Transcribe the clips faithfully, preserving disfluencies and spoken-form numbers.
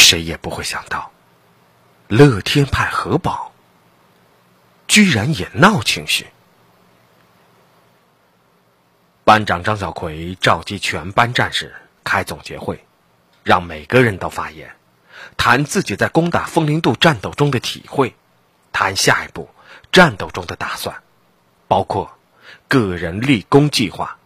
谁也不会想到，乐天派何宝居然也闹情绪。班长张小奎召集全班战士开总结会，让每个人都发言，谈自己在攻打枫林渡战斗中的体会，谈下一步战斗中的打算，包括个人立功计划。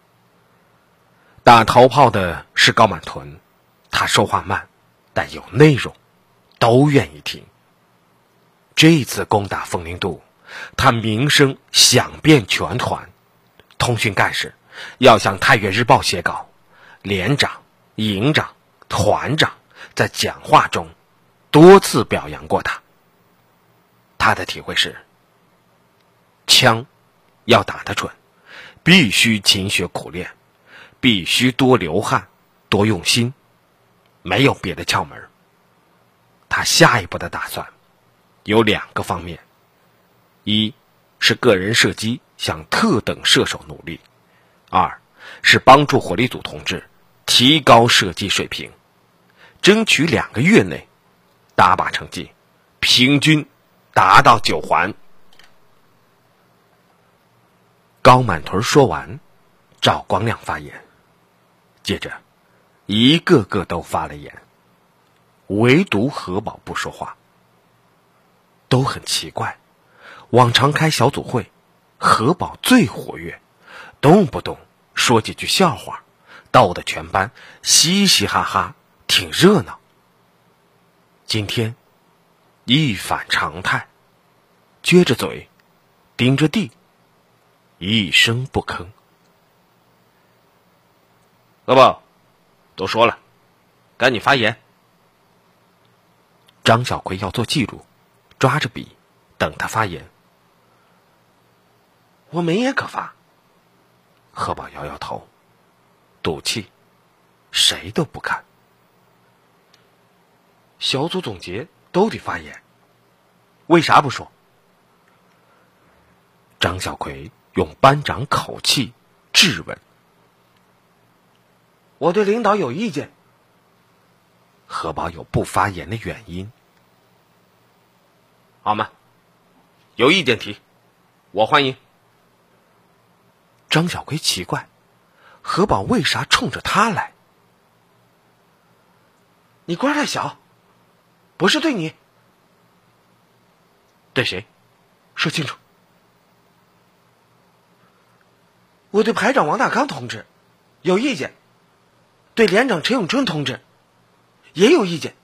打头炮的是高满屯，他说话慢，但有内容，都愿意听。这次攻打枫林渡，他名声响遍全团，通讯干事要向太原日报写稿，连长、营长、团长在讲话中多次表扬过他。他的体会是，枪要打得准，必须勤学苦练，必须多流汗，多用心，没有别的窍门。他下一步的打算有两个方面，一是个人射击向特等射手努力，二是帮助火力组同志提高射击水平，争取两个月内打靶成绩平均达到九环。高满屯说完，赵光亮发言，接着一个个都发了言，唯独何宝不说话。都很奇怪，往常开小组会，何宝最活跃，动不动说几句笑话，逗得全班嘻嘻哈哈，挺热闹。今天一反常态，撅着嘴，盯着地，一声不吭。何宝，都说了，该你发言。张小奎要做记录，抓着笔等他发言。我没言可发。何宝摇摇头，赌气，谁都不看。小组总结都得发言，为啥不说？张小奎用班长口气质问。我对领导有意见。何宝有不发言的原因。好吗？有意见提，我欢迎。张小奎奇怪，何宝为啥冲着他来？你官太小，不是对你。对谁？说清楚。我对排长王大康同志有意见，对连长陈永春同志也有意见。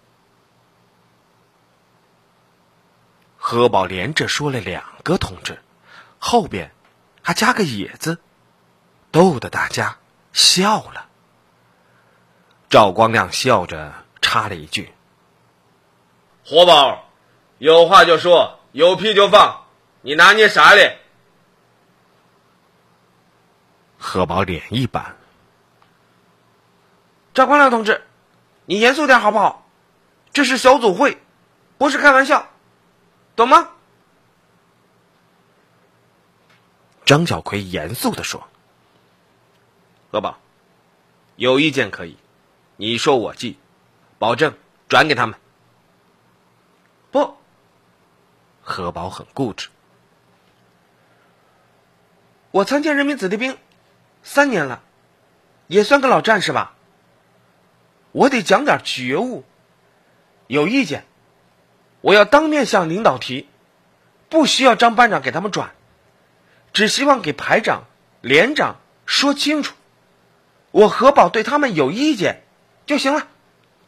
何宝连着说了两个同志，后边还加个野字，逗得大家笑了。赵光亮笑着插了一句： 活宝，有话就说，有屁就放，你拿捏啥嘞？ 何宝脸一板： 赵光亮同志，你严肃点好不好？这是小组会，不是开玩笑，懂吗？ 张小奎严肃地说： 何宝，有意见可以，你说我记，保证转给他们。 不。 何宝很固执。 我参见人民子弟兵三年了，也算个老战士吧。我得讲点觉悟，有意见我要当面向领导提，不需要张班长给他们转，只希望给排长、连长说清楚，我何宝对他们有意见就行了。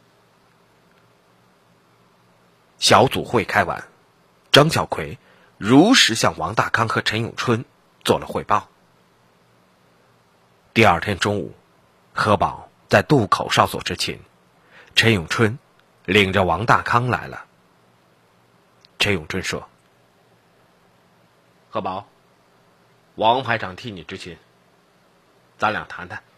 小组会开完，张小奎如实向王大康和陈永春做了汇报。第二天中午，何宝在渡口哨所执勤，陈永春领着王大康来了。陈永春说： 何宝，王排长替你执勤，咱俩谈谈。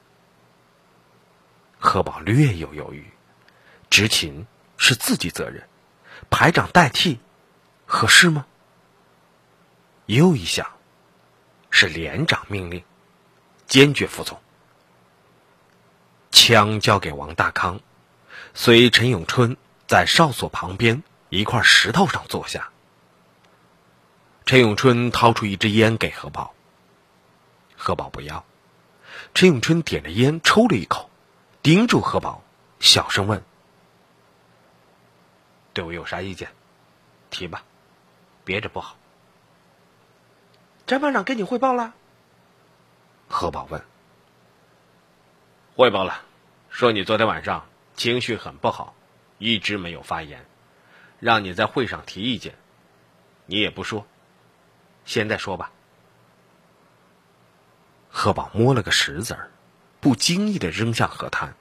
何宝略有犹豫，执勤是自己责任，排长代替合适吗？又一想，是连长命令，坚决服从。枪交给王大康，随陈永春在哨所旁边一块石头上坐下。陈永春掏出一支烟给何宝，何宝不要。陈永春点着烟抽了一口，盯住何宝，小声问：“对我有啥意见？提吧，憋着不好。” 翟班长跟你汇报了？ 何宝问。 汇报了，说你昨天晚上情绪很不好，一直没有发言，让你在会上提意见，你也不说，现在说吧。 何宝摸了个石子儿，不经意地扔向何滩。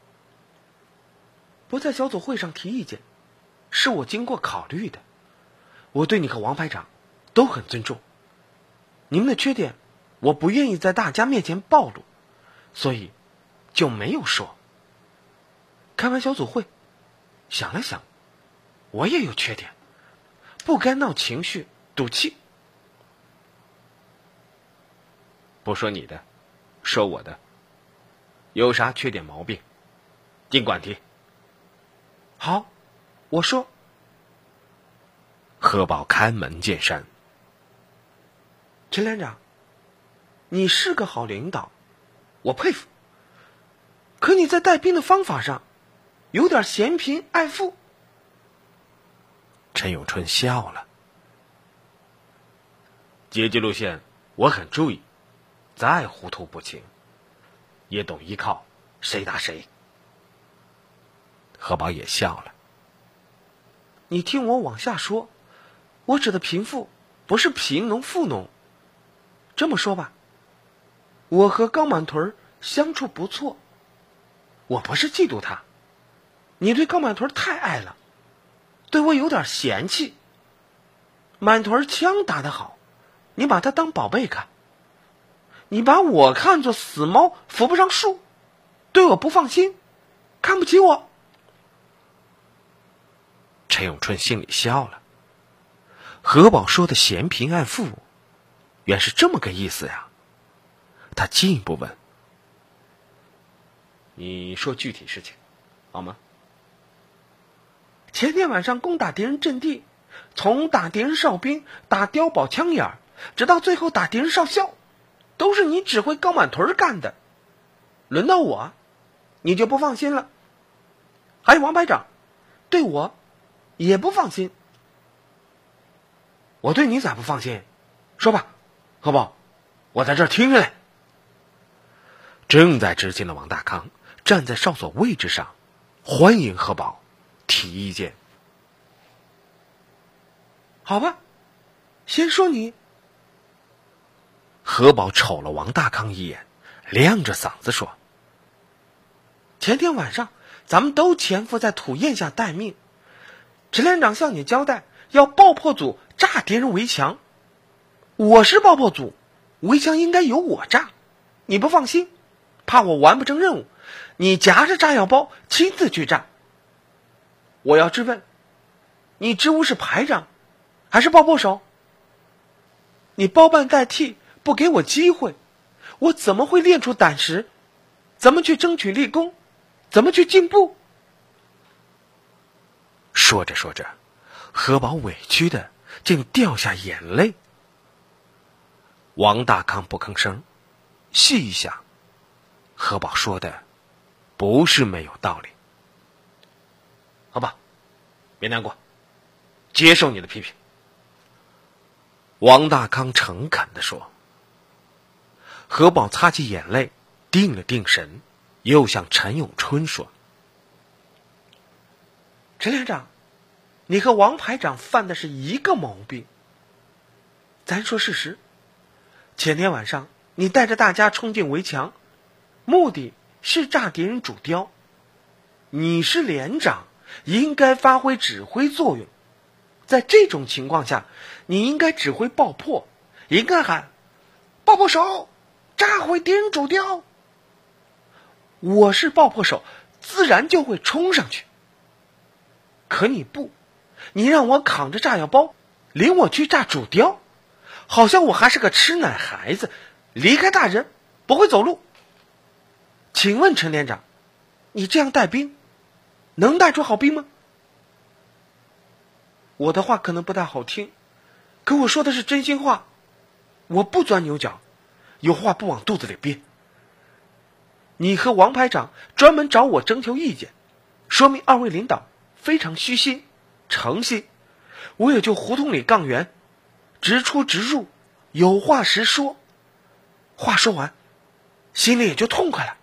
不在小组会上提意见，是我经过考虑的。我对你和王排长都很尊重，你们的缺点我不愿意在大家面前暴露，所以就没有说。开完小组会，想了想，我也有缺点，不该闹情绪赌气。 不说你的，说我的，有啥缺点毛病尽管提。 好，我说。 何宝开门见山。 陈连长，你是个好领导，我佩服。可你在带兵的方法上，有点嫌贫爱富。 陈永春笑了。 阶级路线我很注意，再糊涂不清，也懂依靠，谁打谁。 何宝也笑了。 你听我往下说，我指的贫富不是贫农富农。这么说吧，我和高满屯相处不错，我不是嫉妒他，你对高满屯太爱了，对我有点嫌弃。满屯枪打得好，你把他当宝贝看，你把我看作死猫扶不上树，对我不放心，看不起我。 陈永春心里笑了。何宝说的嫌贫爱富，原是这么个意思呀。他进一步问：“ 你说具体事情，好吗？” 前天晚上攻打敌人阵地，从打敌人哨兵、打碉堡枪眼儿，直到最后打敌人哨校，都是你指挥高满屯干的。轮到我，你就不放心了。还有王排长，对我也不放心。我对你咋不放心？说吧，何宝，我在这儿听着嘞。 正在执勤的王大康站在哨所位置上，欢迎何宝提意见。 好吧，先说你。 何宝瞅了王大康一眼，亮着嗓子说：“ 前天晚上咱们都潜伏在土堰下待命，陈连长向你交代，要爆破组炸敌人围墙。我是爆破组，围墙应该由我炸。你不放心，怕我完不成任务，你夹着炸药包亲自去炸。我要质问，你职务是排长还是爆破手？你包办代替，不给我机会，我怎么会练出胆识？怎么去争取立功？怎么去进步？” 说着说着，何宝委屈的竟掉下眼泪。王大康不吭声，细一想，何宝说的不是没有道理。 好吧，别难过，接受你的批评。 王大康诚恳地说。何宝擦起眼泪，定了定神，又向陈永春说：“ 陈连长，你和王排长犯的是一个毛病。咱说事实，前天晚上你带着大家冲进围墙，目的是炸敌人主雕。你是连长，应该发挥指挥作用。在这种情况下，你应该指挥爆破，应该喊爆破手炸毁敌人主雕。我是爆破手，自然就会冲上去。可你不，你让我扛着炸药包，领我去炸主雕，好像我还是个吃奶孩子，离开大人不会走路。请问陈连长，你这样带兵，能带出好兵吗？ 我的话可能不太好听，可我说的是真心话，我不钻牛角，有话不往肚子里憋。你和王排长专门找我征求意见，说明二位领导非常虚心诚心，我也就胡同里杠圆，直出直入，有话实说。话说完，心里也就痛快了。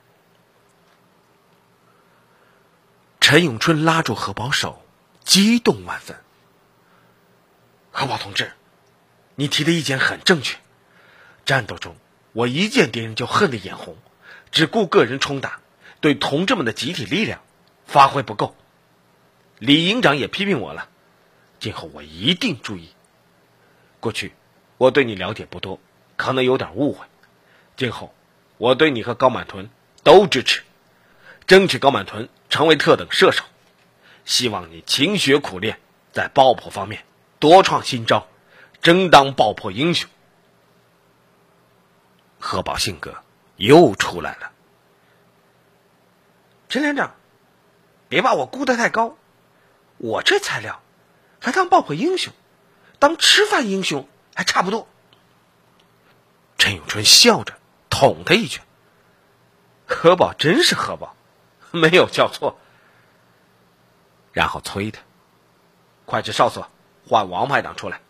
陈永春拉住何宝手，激动万分。何宝同志，你提的意见很正确。战斗中，我一见敌人就恨得眼红，只顾个人冲打，对同志们的集体力量发挥不够。李营长也批评我了，今后我一定注意。过去我对你了解不多，可能有点误会，今后我对你和高满屯都支持，争取高满屯成为特等射手。希望你勤学苦练，在爆破方面多创新招，争当爆破英雄。何宝性格又出来了。 陈连长，别把我估得太高，我这材料还当爆破英雄，当吃饭英雄还差不多。 陈永春笑着捅他一拳。 何宝真是何宝，没有叫错。 然后催他， 快去哨所换王排长出来。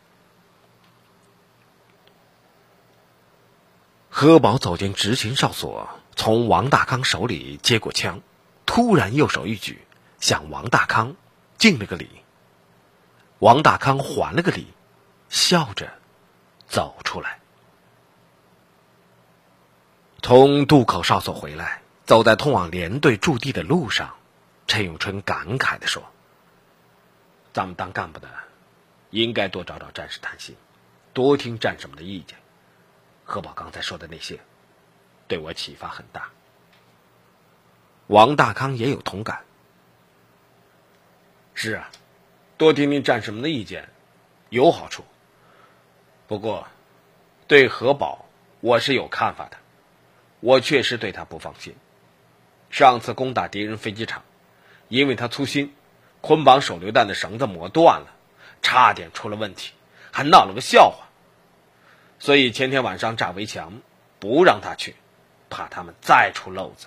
何宝走进执勤哨所，从王大康手里接过枪，突然右手一举，向王大康敬了个礼。王大康还了个礼，笑着走出来。从渡口哨所回来，走在通往连队驻地的路上，陈永春感慨地说： 咱们当干部的应该多找找战士谈心，多听战士们的意见。何宝刚才说的那些对我启发很大。 王大康也有同感。 是啊，多听听战士们的意见有好处。不过对何宝我是有看法的，我确实对他不放心。上次攻打敌人飞机场，因为他粗心，捆绑手榴弹的绳子磨断了，差点出了问题，还闹了个笑话。所以前天晚上炸围墙，不让他去，怕他们再出漏子。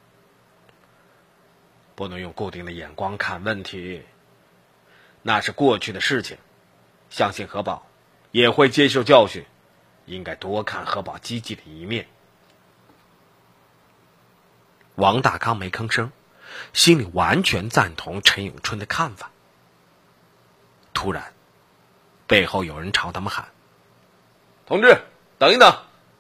不能用固定的眼光看问题，那是过去的事情。相信何宝也会接受教训，应该多看何宝积极的一面。 王大康没吭声，心里完全赞同陈永春的看法。突然，背后有人朝他们喊： 同志，等一等！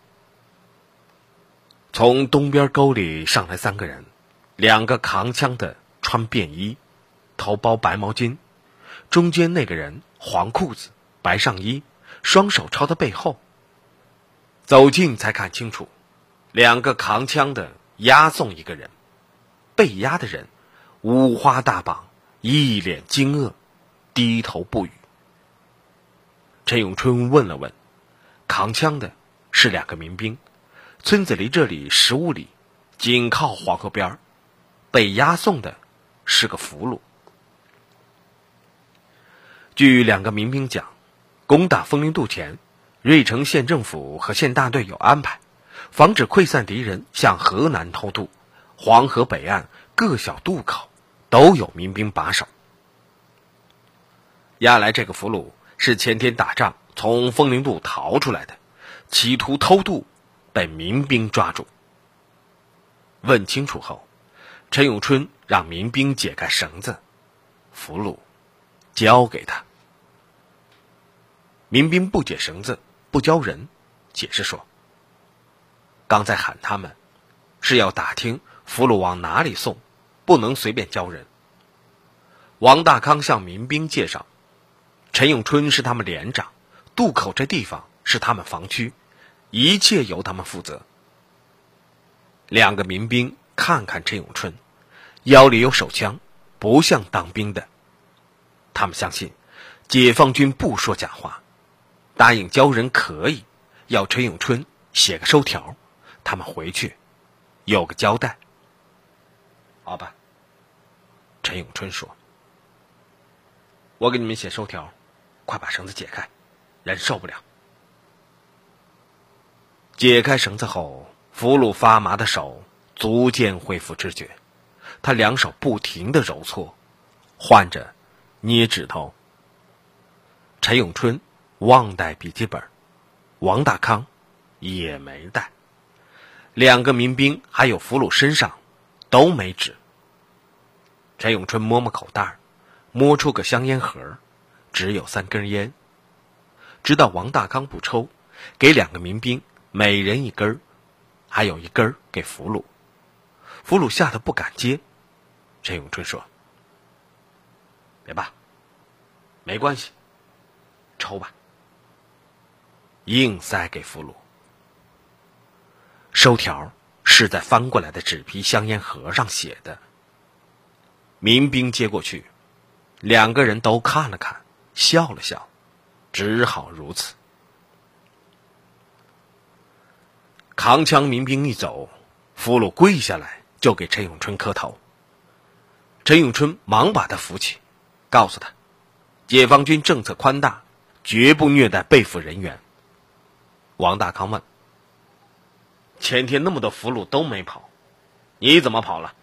从东边沟里上来三个人，两个扛枪的穿便衣，头包白毛巾，中间那个人黄裤子白上衣，双手抄他背后。走近才看清楚，两个扛枪的押送一个人，被押的人五花大绑，一脸惊愕，低头不语。陈永春问了问，扛枪的是两个民兵，村子离这里十五里，紧靠黄河边，被押送的是个俘虏。据两个民兵讲，攻打枫林渡前，芮城县政府和县大队有安排，防止溃散敌人向河南偷渡，黄河北岸各小渡口都有民兵把守。押来这个俘虏是前天打仗从枫林渡逃出来的，企图偷渡，被民兵抓住。问清楚后，陈永春让民兵解开绳子，俘虏交给他。民兵不解绳子，不交人，解释说，刚才喊他们是要打听俘虏往哪里送，不能随便交人。王大康向民兵介绍，陈永春是他们连长，渡口这地方是他们防区，一切由他们负责。两个民兵看看陈永春，腰里有手枪，不像当兵的。他们相信解放军不说假话，答应交人可以，要陈永春写个收条，他们回去有个交代。 好吧， 陈永春说， 我给你们写收条， 快把绳子解开，人受不了。解开绳子后，俘虏发麻的手逐渐恢复知觉，他两手不停地揉搓，换着捏指头。陈永春忘带笔记本，王大康也没带，两个民兵还有俘虏身上都没纸。陈永春摸摸口袋，摸出个香烟盒，只有三根烟。直到王大康不抽，给两个民兵每人一根，还有一根给俘虏。俘虏吓得不敢接。陈永春说：“别吧，没关系，抽吧。”硬塞给俘虏。收条是在翻过来的纸皮香烟盒上写的。民兵接过去，两个人都看了看，笑了笑，只好如此。扛枪民兵一走，俘虏跪下来就给陈永春磕头。陈永春忙把他扶起，告诉他，解放军政策宽大，绝不虐待被俘人员。王大康问：“前天那么多俘虏都没跑，你怎么跑了？”“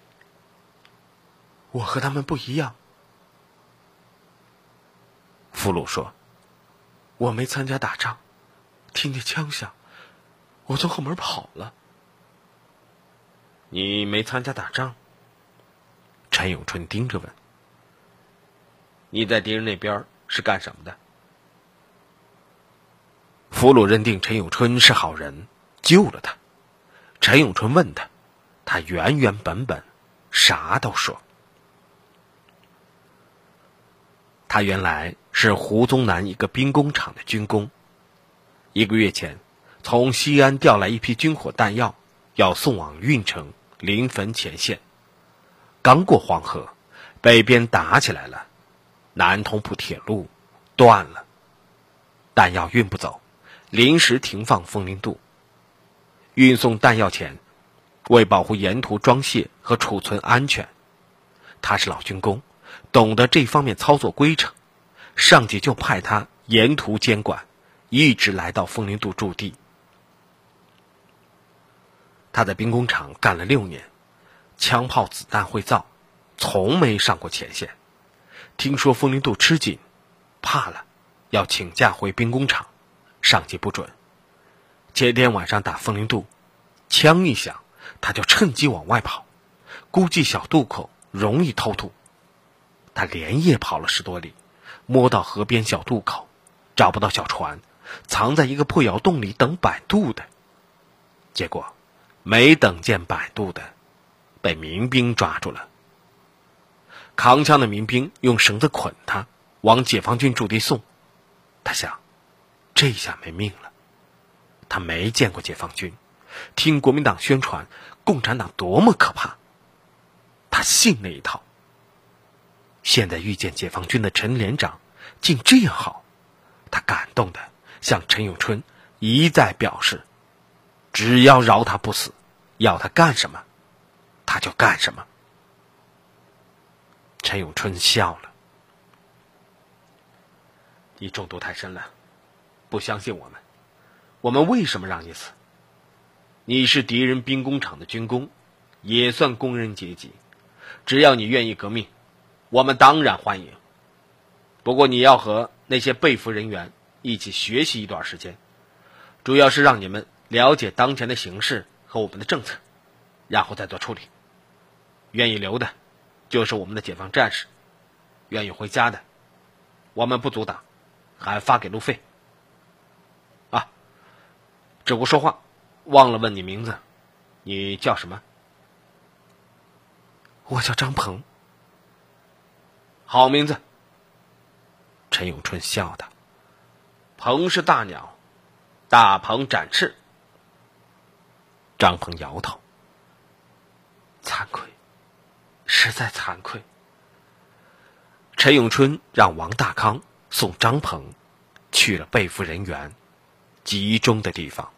我和他们不一样。”俘虏说：“我没参加打仗，听见枪响，我从后门跑了。”“你没参加打仗？”陈永春盯着问。“你在敌人那边是干什么的？”俘虏认定陈永春是好人，救了他。陈永春问他，他原原本本啥都说。他原来是胡宗南一个兵工厂的军工，一个月前从西安调来一批军火弹药，要送往运城临汾前线。刚过黄河，北边打起来了，南通铺铁路断了，弹药运不走，临时停放枫林渡。运送弹药前，为保护沿途装卸和储存安全，他是老军工，懂得这方面操作规程，上级就派他沿途监管，一直来到枫林渡驻地。他在兵工厂干了六年，枪炮子弹会造，从没上过前线。听说枫林渡吃紧，怕了，要请假回兵工厂，上级不准。前天晚上打枫林渡，枪一响，他就趁机往外跑，估计小渡口容易偷渡。他连夜跑了十多里，摸到河边小渡口，找不到小船，藏在一个破窑洞里等摆渡的。结果没等见摆渡的，被民兵抓住了。扛枪的民兵用绳子捆他，往解放军驻地送。他想，这下没命了。他没见过解放军，听国民党宣传共产党多么可怕，他信那一套。现在遇见解放军的陈连长竟这样好，他感动的向陈永春一再表示，只要饶他不死，要他干什么他就干什么。陈永春笑了：“你中毒太深了，不相信我们，我们为什么让你死？你是敌人兵工厂的军工，也算工人阶级，只要你愿意革命，我们当然欢迎。不过你要和那些被俘人员一起学习一段时间，主要是让你们了解当前的形势和我们的政策，然后再做处理。愿意留的就是我们的解放战士，愿意回家的我们不阻挡，还发给路费。啊，只顾说话，忘了问你名字，你叫什么？”“我叫张鹏。”“好名字。”陈永春笑道。“鹏是大鸟，大鹏展翅。”张鹏摇头：“惭愧，实在惭愧。”陈永春让王大康送张鹏去了被俘人员集中的地方。